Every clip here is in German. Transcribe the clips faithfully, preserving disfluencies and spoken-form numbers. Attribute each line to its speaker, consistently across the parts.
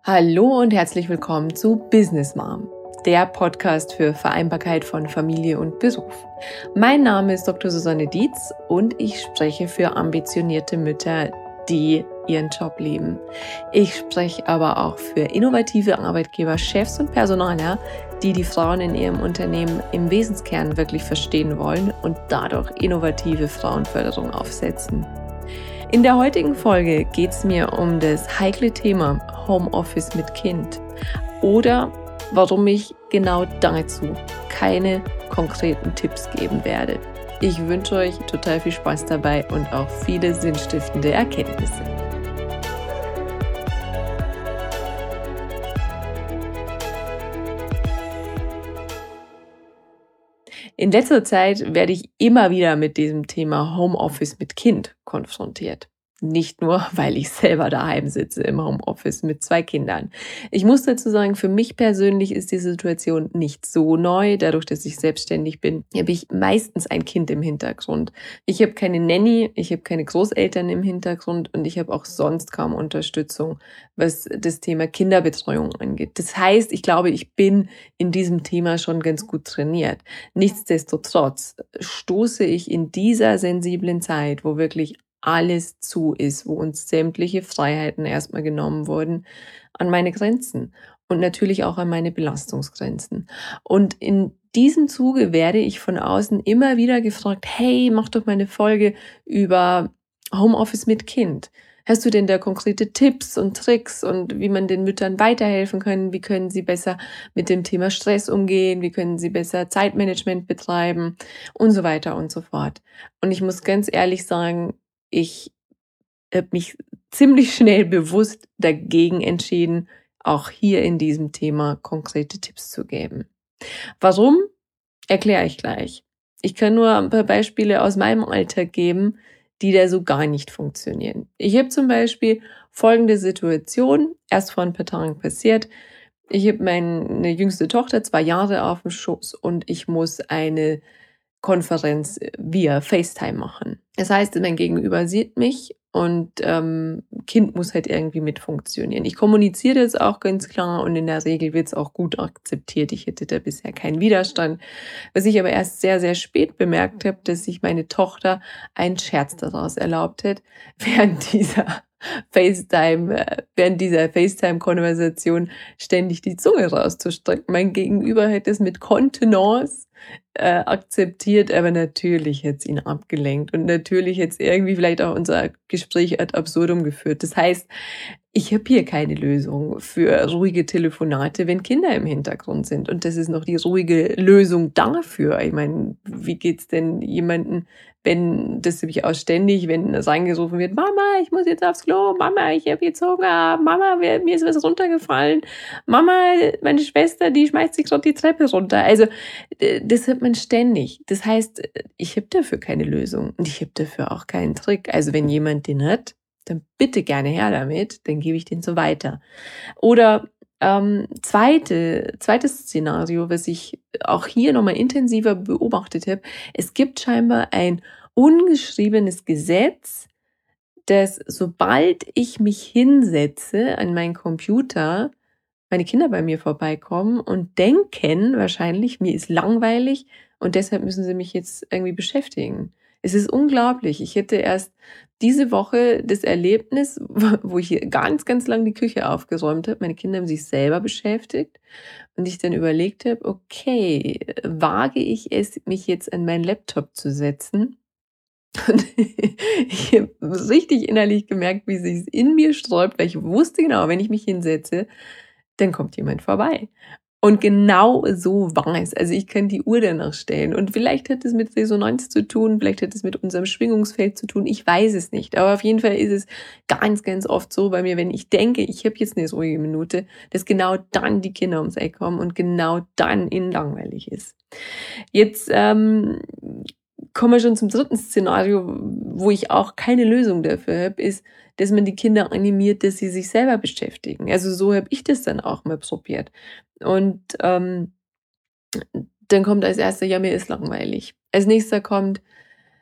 Speaker 1: Hallo und herzlich willkommen zu Business Mom, der Podcast für Vereinbarkeit von Familie und Beruf. Mein Name ist Doktor Susanne Dietz und ich spreche für ambitionierte Mütter, die ihren Job lieben. Ich spreche aber auch für innovative Arbeitgeber, Chefs und Personaler, die die Frauen in ihrem Unternehmen im Wesenskern wirklich verstehen wollen und dadurch innovative Frauenförderung aufsetzen. In der heutigen Folge geht es mir um das heikle Thema Homeoffice mit Kind oder warum ich genau dazu keine konkreten Tipps geben werde. Ich wünsche euch total viel Spaß dabei und auch viele sinnstiftende Erkenntnisse. In letzter Zeit werde ich immer wieder mit diesem Thema Homeoffice mit Kind konfrontiert. Nicht nur, weil ich selber daheim sitze im Homeoffice mit zwei Kindern. Ich muss dazu sagen, für mich persönlich ist die Situation nicht so neu. Dadurch, dass ich selbstständig bin, habe ich meistens ein Kind im Hintergrund. Ich habe keine Nanny, ich habe keine Großeltern im Hintergrund und ich habe auch sonst kaum Unterstützung, was das Thema Kinderbetreuung angeht. Das heißt, ich glaube, ich bin in diesem Thema schon ganz gut trainiert. Nichtsdestotrotz stoße ich in dieser sensiblen Zeit, wo wirklich alles zu ist, wo uns sämtliche Freiheiten erstmal genommen wurden, an meine Grenzen und natürlich auch an meine Belastungsgrenzen. Und in diesem Zuge werde ich von außen immer wieder gefragt, hey, mach doch mal eine Folge über Homeoffice mit Kind. Hast du denn da konkrete Tipps und Tricks und wie man den Müttern weiterhelfen kann? Wie können sie besser mit dem Thema Stress umgehen? Wie können sie besser Zeitmanagement betreiben? Und so weiter und so fort. Und ich muss ganz ehrlich sagen, ich habe mich ziemlich schnell bewusst dagegen entschieden, auch hier in diesem Thema konkrete Tipps zu geben. Warum? Erkläre ich gleich. Ich kann nur ein paar Beispiele aus meinem Alltag geben, die da so gar nicht funktionieren. Ich habe zum Beispiel folgende Situation, erst vor ein paar Tagen passiert. Ich habe meine jüngste Tochter, zwei Jahre, auf dem Schoß und ich muss eine Konferenz via FaceTime machen. Das heißt, mein Gegenüber sieht mich und ähm, Kind muss halt irgendwie mit funktionieren. Ich kommuniziere das auch ganz klar und in der Regel wird es auch gut akzeptiert. Ich hätte da bisher keinen Widerstand. Was ich aber erst sehr, sehr spät bemerkt habe, dass sich meine Tochter einen Scherz daraus erlaubt hat, während dieser FaceTime, während dieser FaceTime-Konversation ständig die Zunge rauszustrecken. Mein Gegenüber hätte es mit Kontenance äh, akzeptiert, aber natürlich hätte es ihn abgelenkt und natürlich hätte es irgendwie vielleicht auch unser Gespräch ad absurdum geführt. Das heißt, ich habe hier keine Lösung für ruhige Telefonate, wenn Kinder im Hintergrund sind. Und das ist noch die ruhige Lösung dafür. Ich meine, wie geht's denn jemanden, wenn, das habe ich auch ständig, wenn es reingerufen wird, Mama, ich muss jetzt aufs Klo, Mama, ich habe jetzt Hunger, Mama, mir ist was runtergefallen, Mama, meine Schwester, die schmeißt sich gerade die Treppe runter. Also das hat man ständig. Das heißt, ich habe dafür keine Lösung und ich habe dafür auch keinen Trick. Also wenn jemand den hat, dann bitte gerne her damit, dann gebe ich den so weiter. Oder ähm, zweite, zweites Szenario, was ich auch hier nochmal intensiver beobachtet habe, es gibt scheinbar ein ungeschriebenes Gesetz, dass sobald ich mich hinsetze an meinen Computer, meine Kinder bei mir vorbeikommen und denken wahrscheinlich, mir ist langweilig und deshalb müssen sie mich jetzt irgendwie beschäftigen. Es ist unglaublich. Ich hätte erst diese Woche das Erlebnis, wo ich hier ganz, ganz lang die Küche aufgeräumt habe. Meine Kinder haben sich selber beschäftigt und ich dann überlegt habe, okay, wage ich es, mich jetzt an meinen Laptop zu setzen? Und ich habe richtig innerlich gemerkt, wie sich es in mir sträubt, weil ich wusste genau, wenn ich mich hinsetze, dann kommt jemand vorbei. Und genau so war es. Also ich kann die Uhr danach stellen. Und vielleicht hat es mit Resonanz zu tun, vielleicht hat es mit unserem Schwingungsfeld zu tun. Ich weiß es nicht. Aber auf jeden Fall ist es ganz, ganz oft so bei mir, wenn ich denke, ich habe jetzt eine ruhige Minute, dass genau dann die Kinder ums Eck kommen und genau dann ihnen langweilig ist. Jetzt ähm, kommen wir schon zum dritten Szenario, wo ich auch keine Lösung dafür habe, ist, dass man die Kinder animiert, dass sie sich selber beschäftigen. Also so habe ich das dann auch mal probiert. Und ähm, dann kommt als erster, ja, mir ist langweilig. Als nächster kommt,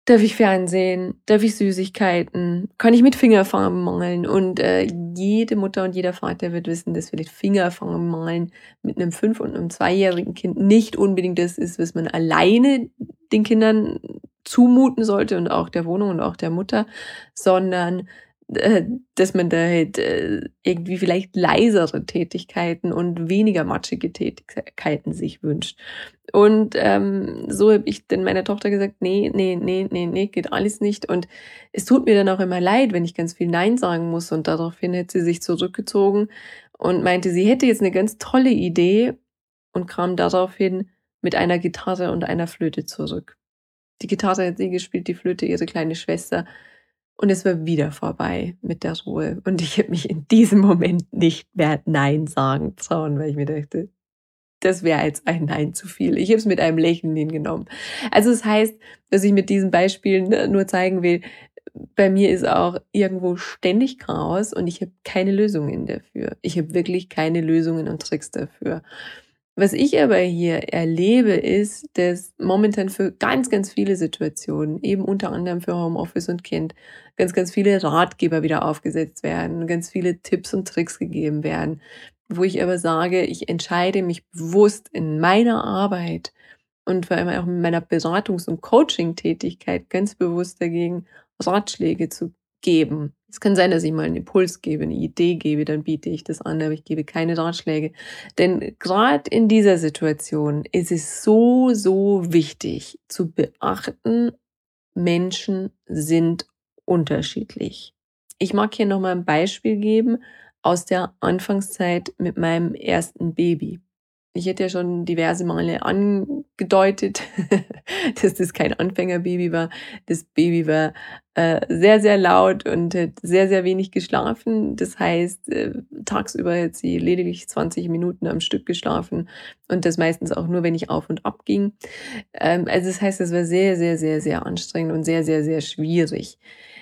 Speaker 1: Darf ich Fernsehen? Darf ich Süßigkeiten? Kann ich mit Fingerfarben malen? Und äh, jede Mutter und jeder Vater wird wissen, dass vielleicht Fingerfarben malen mit einem fünf- und einem zweijährigen Kind nicht unbedingt das ist, was man alleine den Kindern zumuten sollte und auch der Wohnung und auch der Mutter, sondern äh, dass man da halt äh, irgendwie vielleicht leisere Tätigkeiten und weniger matschige Tätigkeiten sich wünscht. Und ähm, so habe ich dann meiner Tochter gesagt, nee, nee, nee, nee, nee, geht alles nicht. Und es tut mir dann auch immer leid, wenn ich ganz viel Nein sagen muss. Und daraufhin hat sie sich zurückgezogen und meinte, sie hätte jetzt eine ganz tolle Idee und kam daraufhin mit einer Gitarre und einer Flöte zurück. Die Gitarre hat sie gespielt, die Flöte ihre kleine Schwester. Und es war wieder vorbei mit der Ruhe. Und ich habe mich in diesem Moment nicht mehr Nein sagen trauen, weil ich mir dachte, das wäre jetzt ein Nein zu viel. Ich habe es mit einem Lächeln hingenommen. Also das heißt, dass ich mit diesen Beispielen nur zeigen will, bei mir ist auch irgendwo ständig Chaos und ich habe keine Lösungen dafür. Ich habe wirklich keine Lösungen und Tricks dafür. Was ich aber hier erlebe, ist, dass momentan für ganz, ganz viele Situationen, eben unter anderem für Homeoffice und Kind, ganz, ganz viele Ratgeber wieder aufgesetzt werden, ganz viele Tipps und Tricks gegeben werden, wo ich aber sage, ich entscheide mich bewusst in meiner Arbeit und vor allem auch in meiner Beratungs- und Coaching-Tätigkeit ganz bewusst dagegen, Ratschläge zu geben. Es kann sein, dass ich mal einen Impuls gebe, eine Idee gebe, dann biete ich das an, aber ich gebe keine Ratschläge. Denn gerade in dieser Situation ist es so, so wichtig zu beachten, Menschen sind unterschiedlich. Ich mag hier nochmal ein Beispiel geben aus der Anfangszeit mit meinem ersten Baby. Ich hätte ja schon diverse Male angedeutet, dass das kein Anfängerbaby war. Das Baby war äh, sehr, sehr laut und hat sehr, sehr wenig geschlafen. Das heißt, äh, tagsüber hat sie lediglich zwanzig Minuten am Stück geschlafen und das meistens auch nur, wenn ich auf und ab ging. Ähm, also das heißt, es war sehr, sehr, sehr, sehr anstrengend und sehr, sehr, sehr schwierig.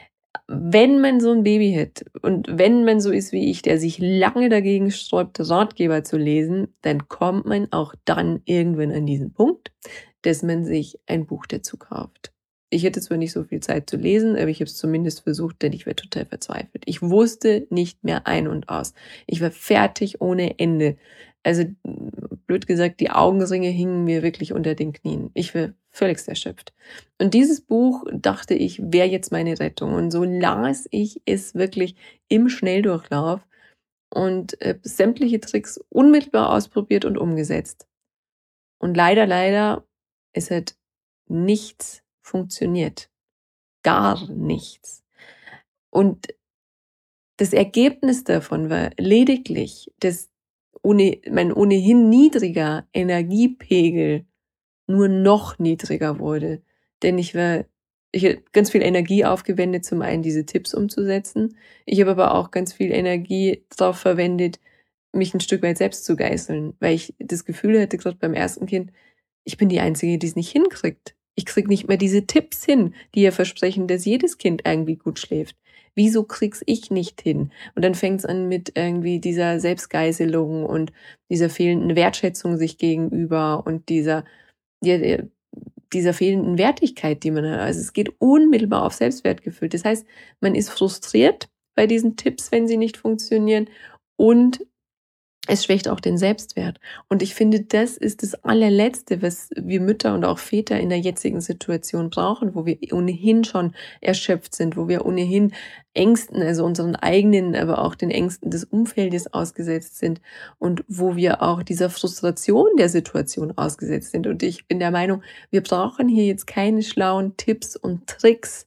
Speaker 1: Wenn man so ein Baby hat und wenn man so ist wie ich, der sich lange dagegen sträubt, Ratgeber zu lesen, dann kommt man auch dann irgendwann an diesen Punkt, dass man sich ein Buch dazu kauft. Ich hätte zwar nicht so viel Zeit zu lesen, aber ich habe es zumindest versucht, denn ich war total verzweifelt. Ich wusste nicht mehr ein und aus. Ich war fertig ohne Ende. Also blöd gesagt, die Augenringe hingen mir wirklich unter den Knien. Ich war völlig erschöpft. Und dieses Buch, dachte ich, wäre jetzt meine Rettung. Und so las ich es wirklich im Schnelldurchlauf und äh, sämtliche Tricks unmittelbar ausprobiert und umgesetzt. Und leider, leider, es hat nichts funktioniert. Gar nichts. Und das Ergebnis davon war lediglich, dass ohne, mein ohnehin niedriger Energiepegel nur noch niedriger wurde. Denn ich war, ich habe ganz viel Energie aufgewendet, zum einen diese Tipps umzusetzen. Ich habe aber auch ganz viel Energie darauf verwendet, mich ein Stück weit selbst zu geißeln, weil ich das Gefühl hatte, gerade beim ersten Kind, ich bin die Einzige, die es nicht hinkriegt. Ich krieg nicht mehr diese Tipps hin, die ja versprechen, dass jedes Kind irgendwie gut schläft. Wieso krieg's ich nicht hin? Und dann fängt's an mit irgendwie dieser Selbstgeißelung und dieser fehlenden Wertschätzung sich gegenüber und dieser, ja, dieser fehlenden Wertigkeit, die man hat. Also es geht unmittelbar auf Selbstwertgefühl. Das heißt, man ist frustriert bei diesen Tipps, wenn sie nicht funktionieren, und es schwächt auch den Selbstwert. Und ich finde, das ist das allerletzte, was wir Mütter und auch Väter in der jetzigen Situation brauchen, wo wir ohnehin schon erschöpft sind, wo wir ohnehin Ängsten, also unseren eigenen, aber auch den Ängsten des Umfeldes ausgesetzt sind und wo wir auch dieser Frustration der Situation ausgesetzt sind. Und ich bin der Meinung, wir brauchen hier jetzt keine schlauen Tipps und Tricks,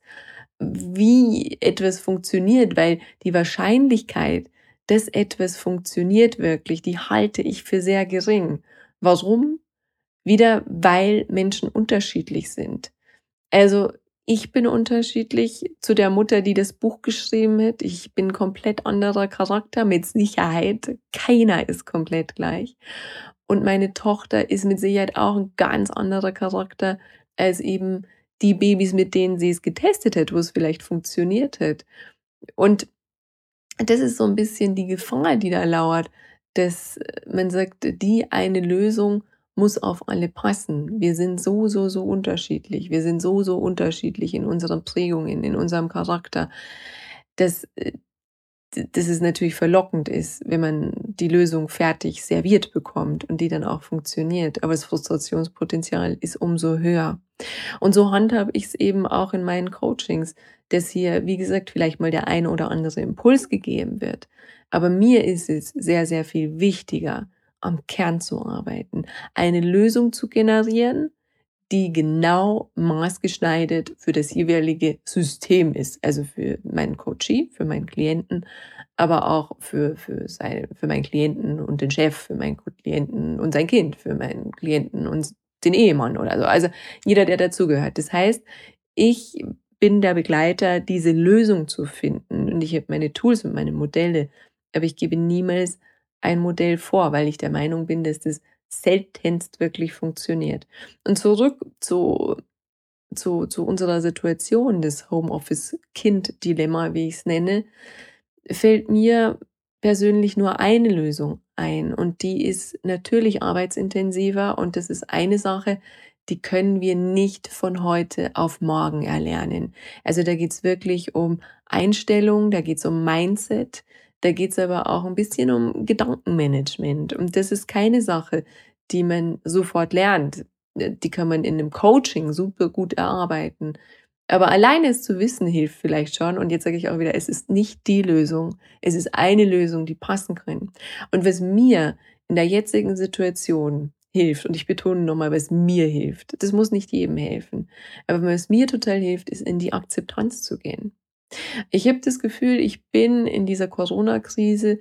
Speaker 1: wie etwas funktioniert, weil die Wahrscheinlichkeit, dass etwas funktioniert wirklich, die halte ich für sehr gering. Warum? Wieder, weil Menschen unterschiedlich sind. Also ich bin unterschiedlich zu der Mutter, die das Buch geschrieben hat. Ich bin komplett anderer Charakter, mit Sicherheit. Keiner ist komplett gleich. Und meine Tochter ist mit Sicherheit auch ein ganz anderer Charakter als eben die Babys, mit denen sie es getestet hat, wo es vielleicht funktioniert hat. Und das ist so ein bisschen die Gefahr, die da lauert, dass man sagt, die eine Lösung muss auf alle passen. Wir sind so, so, so unterschiedlich. Wir sind so, so unterschiedlich in unseren Prägungen, in unserem Charakter, dass, äh, d dass es natürlich verlockend ist, wenn man die Lösung fertig serviert bekommt und die dann auch funktioniert. Aber das Frustrationspotenzial ist umso höher. Und so handhabe ich es eben auch in meinen Coachings, dass hier, wie gesagt, vielleicht mal der eine oder andere Impuls gegeben wird. Aber mir ist es sehr, sehr viel wichtiger, am Kern zu arbeiten, eine Lösung zu generieren, die genau maßgeschneidert für das jeweilige System ist. Also für meinen Coachee, für meinen Klienten, aber auch für, für, sein, für meinen Klienten und den Chef, für meinen Klienten und sein Kind, für meinen Klienten und den Ehemann oder so. Also jeder, der dazugehört. Das heißt, ich bin der Begleiter, diese Lösung zu finden. Und ich habe meine Tools und meine Modelle, aber ich gebe niemals ein Modell vor, weil ich der Meinung bin, dass das seltenst wirklich funktioniert. Und zurück zu, zu, zu unserer Situation, des Homeoffice-Kind-Dilemma, wie ich es nenne, fällt mir persönlich nur eine Lösung ein. Und die ist natürlich arbeitsintensiver. Und das ist eine Sache, die können wir nicht von heute auf morgen erlernen. Also da geht es wirklich um Einstellung, da geht es um Mindset, da geht es aber auch ein bisschen um Gedankenmanagement. Und das ist keine Sache, die man sofort lernt. Die kann man in einem Coaching super gut erarbeiten. Aber alleine es zu wissen, hilft vielleicht schon. Und jetzt sage ich auch wieder, es ist nicht die Lösung. Es ist eine Lösung, die passen kann. Und was mir in der jetzigen Situation hilft, und ich betone nochmal, was mir hilft, das muss nicht jedem helfen. Aber was mir total hilft, ist, in die Akzeptanz zu gehen. Ich habe das Gefühl, ich bin in dieser Corona-Krise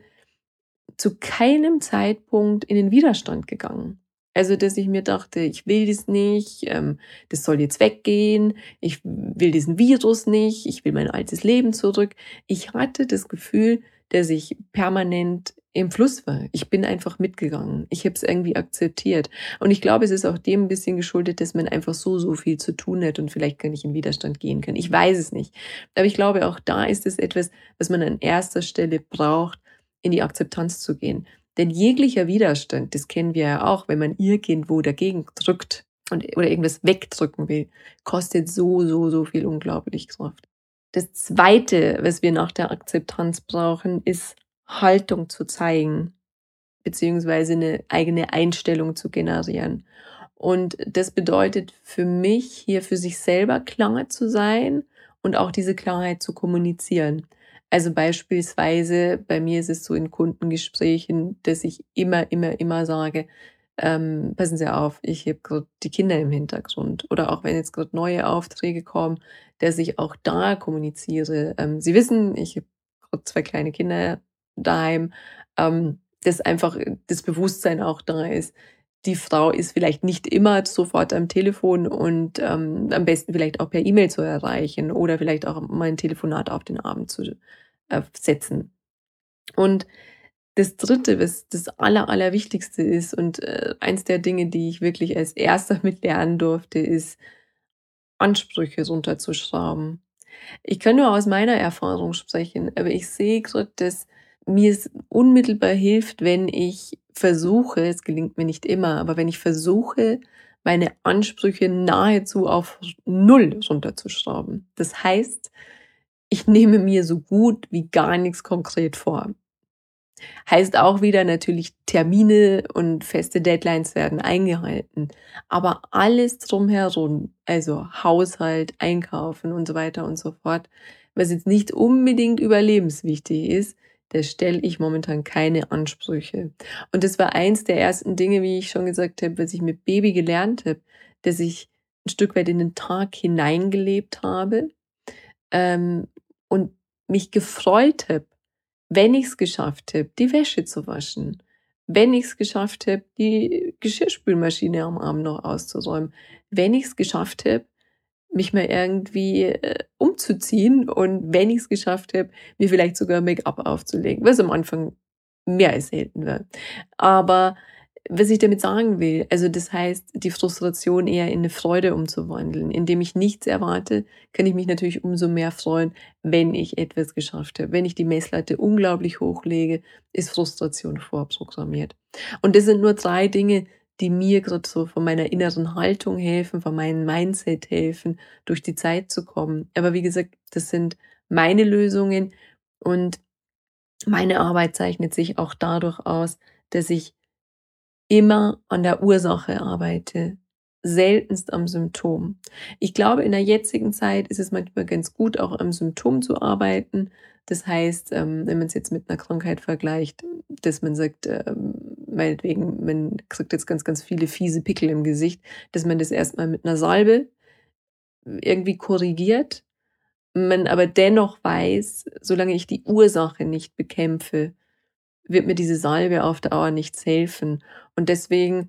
Speaker 1: zu keinem Zeitpunkt in den Widerstand gegangen. Also, dass ich mir dachte, ich will das nicht, ähm, das soll jetzt weggehen, ich will diesen Virus nicht, ich will mein altes Leben zurück. Ich hatte das Gefühl, dass ich permanent im Fluss war. Ich bin einfach mitgegangen. Ich habe es irgendwie akzeptiert. Und ich glaube, es ist auch dem ein bisschen geschuldet, dass man einfach so, so viel zu tun hat und vielleicht gar nicht in Widerstand gehen kann. Ich weiß es nicht. Aber ich glaube, auch da ist es etwas, was man an erster Stelle braucht, in die Akzeptanz zu gehen. Denn jeglicher Widerstand, das kennen wir ja auch, wenn man irgendwo dagegen drückt und, oder irgendwas wegdrücken will, kostet so, so, so viel unglaublich Kraft. Das Zweite, was wir nach der Akzeptanz brauchen, ist Haltung zu zeigen, beziehungsweise eine eigene Einstellung zu generieren. Und das bedeutet für mich, hier für sich selber klar zu sein und auch diese Klarheit zu kommunizieren. Also beispielsweise, bei mir ist es so in Kundengesprächen, dass ich immer, immer, immer sage, ähm, passen Sie auf, ich habe gerade die Kinder im Hintergrund. Oder auch wenn jetzt gerade neue Aufträge kommen, dass ich auch da kommuniziere. Ähm, Sie wissen, ich habe gerade zwei kleine Kinder daheim, ähm, dass einfach das Bewusstsein auch da ist. Die Frau ist vielleicht nicht immer sofort am Telefon und ähm, am besten vielleicht auch per E-Mail zu erreichen oder vielleicht auch mal ein Telefonat auf den Abend zu äh, setzen. Und das Dritte, was das Aller, Allerwichtigste ist und äh, eins der Dinge, die ich wirklich als erster mit lernen durfte, ist, Ansprüche runterzuschrauben. Ich kann nur aus meiner Erfahrung sprechen, aber ich sehe gerade, dass mir es unmittelbar hilft, wenn ich versuche, es gelingt mir nicht immer, aber wenn ich versuche, meine Ansprüche nahezu auf Null runterzuschrauben. Das heißt, ich nehme mir so gut wie gar nichts konkret vor. Heißt auch wieder natürlich, Termine und feste Deadlines werden eingehalten. Aber alles drumherum, also Haushalt, Einkaufen und so weiter und so fort, was jetzt nicht unbedingt überlebenswichtig ist, da stelle ich momentan keine Ansprüche. Und das war eins der ersten Dinge, wie ich schon gesagt habe, was ich mit Baby gelernt habe, dass ich ein Stück weit in den Tag hineingelebt habe ähm, und mich gefreut habe, wenn ich es geschafft habe, die Wäsche zu waschen, wenn ich es geschafft habe, die Geschirrspülmaschine am Abend noch auszuräumen, wenn ich es geschafft habe, mich mal irgendwie äh, umzuziehen und wenn ich es geschafft habe, mir vielleicht sogar Make-up aufzulegen, was am Anfang mehr als selten war. Aber was ich damit sagen will, also das heißt, die Frustration eher in eine Freude umzuwandeln. Indem ich nichts erwarte, kann ich mich natürlich umso mehr freuen, wenn ich etwas geschafft habe. Wenn ich die Messlatte unglaublich hochlege, ist Frustration vorprogrammiert. Und das sind nur drei Dinge, die mir gerade so von meiner inneren Haltung helfen, von meinem Mindset helfen, durch die Zeit zu kommen. Aber wie gesagt, das sind meine Lösungen und meine Arbeit zeichnet sich auch dadurch aus, dass ich immer an der Ursache arbeite, seltenst am Symptom. Ich glaube, in der jetzigen Zeit ist es manchmal ganz gut, auch am Symptom zu arbeiten. Das heißt, ähm, wenn man es jetzt mit einer Krankheit vergleicht, dass man sagt, ähm, meinetwegen, man kriegt jetzt ganz, ganz viele fiese Pickel im Gesicht, dass man das erstmal mit einer Salbe irgendwie korrigiert, man aber dennoch weiß, solange ich die Ursache nicht bekämpfe, wird mir diese Salbe auf Dauer nichts helfen. Und deswegen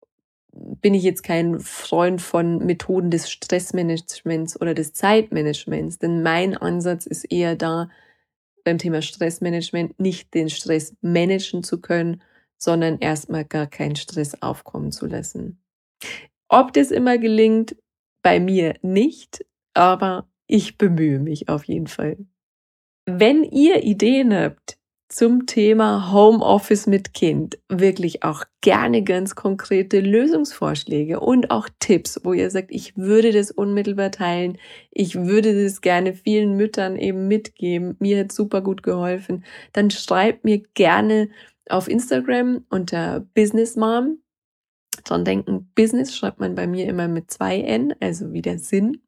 Speaker 1: bin ich jetzt kein Freund von Methoden des Stressmanagements oder des Zeitmanagements, denn mein Ansatz ist eher da, beim Thema Stressmanagement nicht den Stress managen zu können, sondern erstmal gar keinen Stress aufkommen zu lassen. Ob das immer gelingt, bei mir nicht, aber ich bemühe mich auf jeden Fall. Wenn ihr Ideen habt zum Thema Homeoffice mit Kind, wirklich auch gerne ganz konkrete Lösungsvorschläge und auch Tipps, wo ihr sagt, ich würde das unmittelbar teilen, ich würde das gerne vielen Müttern eben mitgeben, mir hat super gut geholfen, dann schreibt mir gerne auf Instagram unter Business Mom. Dran denken, Business schreibt man bei mir immer mit zwei N, also wie der Sinn.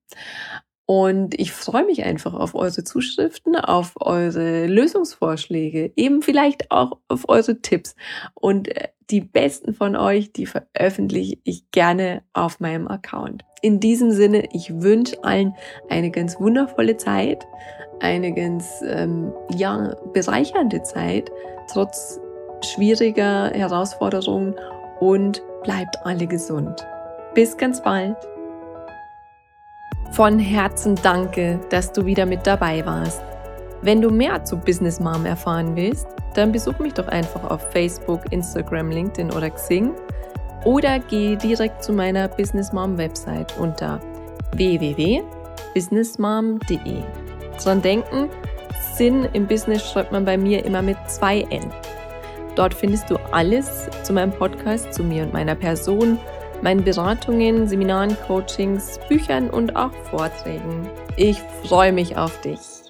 Speaker 1: Und ich freue mich einfach auf eure Zuschriften, auf eure Lösungsvorschläge, eben vielleicht auch auf eure Tipps. Und die besten von euch, die veröffentliche ich gerne auf meinem Account. In diesem Sinne, ich wünsche allen eine ganz wundervolle Zeit, eine ganz ähm, ja, bereichernde Zeit, trotz schwieriger Herausforderungen, und bleibt alle gesund. Bis ganz bald. Von Herzen danke, dass du wieder mit dabei warst. Wenn du mehr zu Business Mom erfahren willst, dann besuch mich doch einfach auf Facebook, Instagram, LinkedIn oder Xing oder geh direkt zu meiner Business Mom Website unter w w w punkt business mom punkt d e. Dran denken, Sinn im Business schreibt man bei mir immer mit zwei N. Dort findest du alles zu meinem Podcast, zu mir und meiner Person, meinen Beratungen, Seminaren, Coachings, Büchern und auch Vorträgen. Ich freue mich auf dich.